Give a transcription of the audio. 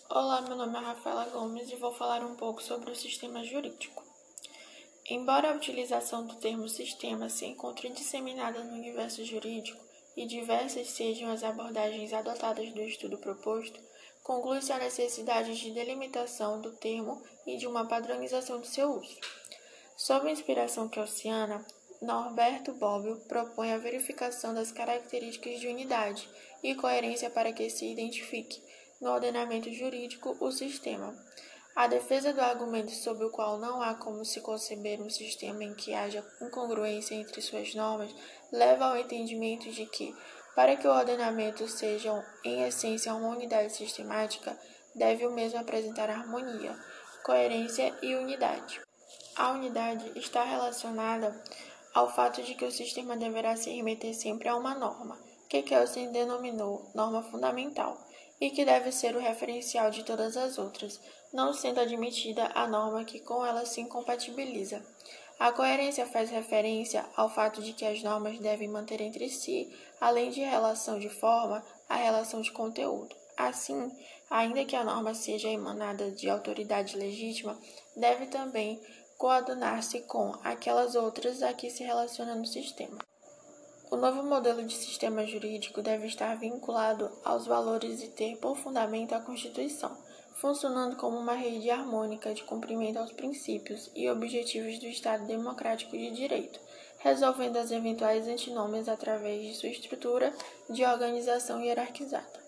Olá, meu nome é Rafaela Gomes e vou falar um pouco sobre o sistema jurídico. Embora a utilização do termo sistema se encontre disseminada no universo jurídico e diversas sejam as abordagens adotadas do estudo proposto, conclui-se a necessidade de delimitação do termo e de uma padronização de seu uso. Sob a inspiração kelsciana, Norberto Bobbio propõe a verificação das características de unidade e coerência para que se identifique, no ordenamento jurídico, o sistema. A defesa do argumento sob o qual não há como se conceber um sistema em que haja incongruência entre suas normas leva ao entendimento de que, para que o ordenamento seja em essência uma unidade sistemática, deve o mesmo apresentar harmonia, coerência e unidade. A unidade está relacionada ao fato de que o sistema deverá se remeter sempre a uma norma, que Kelsen denominou norma fundamental, e que deve ser o referencial de todas as outras, não sendo admitida a norma que com ela se incompatibiliza. A coerência faz referência ao fato de que as normas devem manter entre si, além de relação de forma, a relação de conteúdo. Assim, ainda que a norma seja emanada de autoridade legítima, deve também coadunar-se com aquelas outras a que se relaciona no sistema. O novo modelo de sistema jurídico deve estar vinculado aos valores e ter por fundamento a Constituição, funcionando como uma rede harmônica de cumprimento aos princípios e objetivos do Estado democrático de direito, resolvendo as eventuais antinômias através de sua estrutura de organização hierarquizada.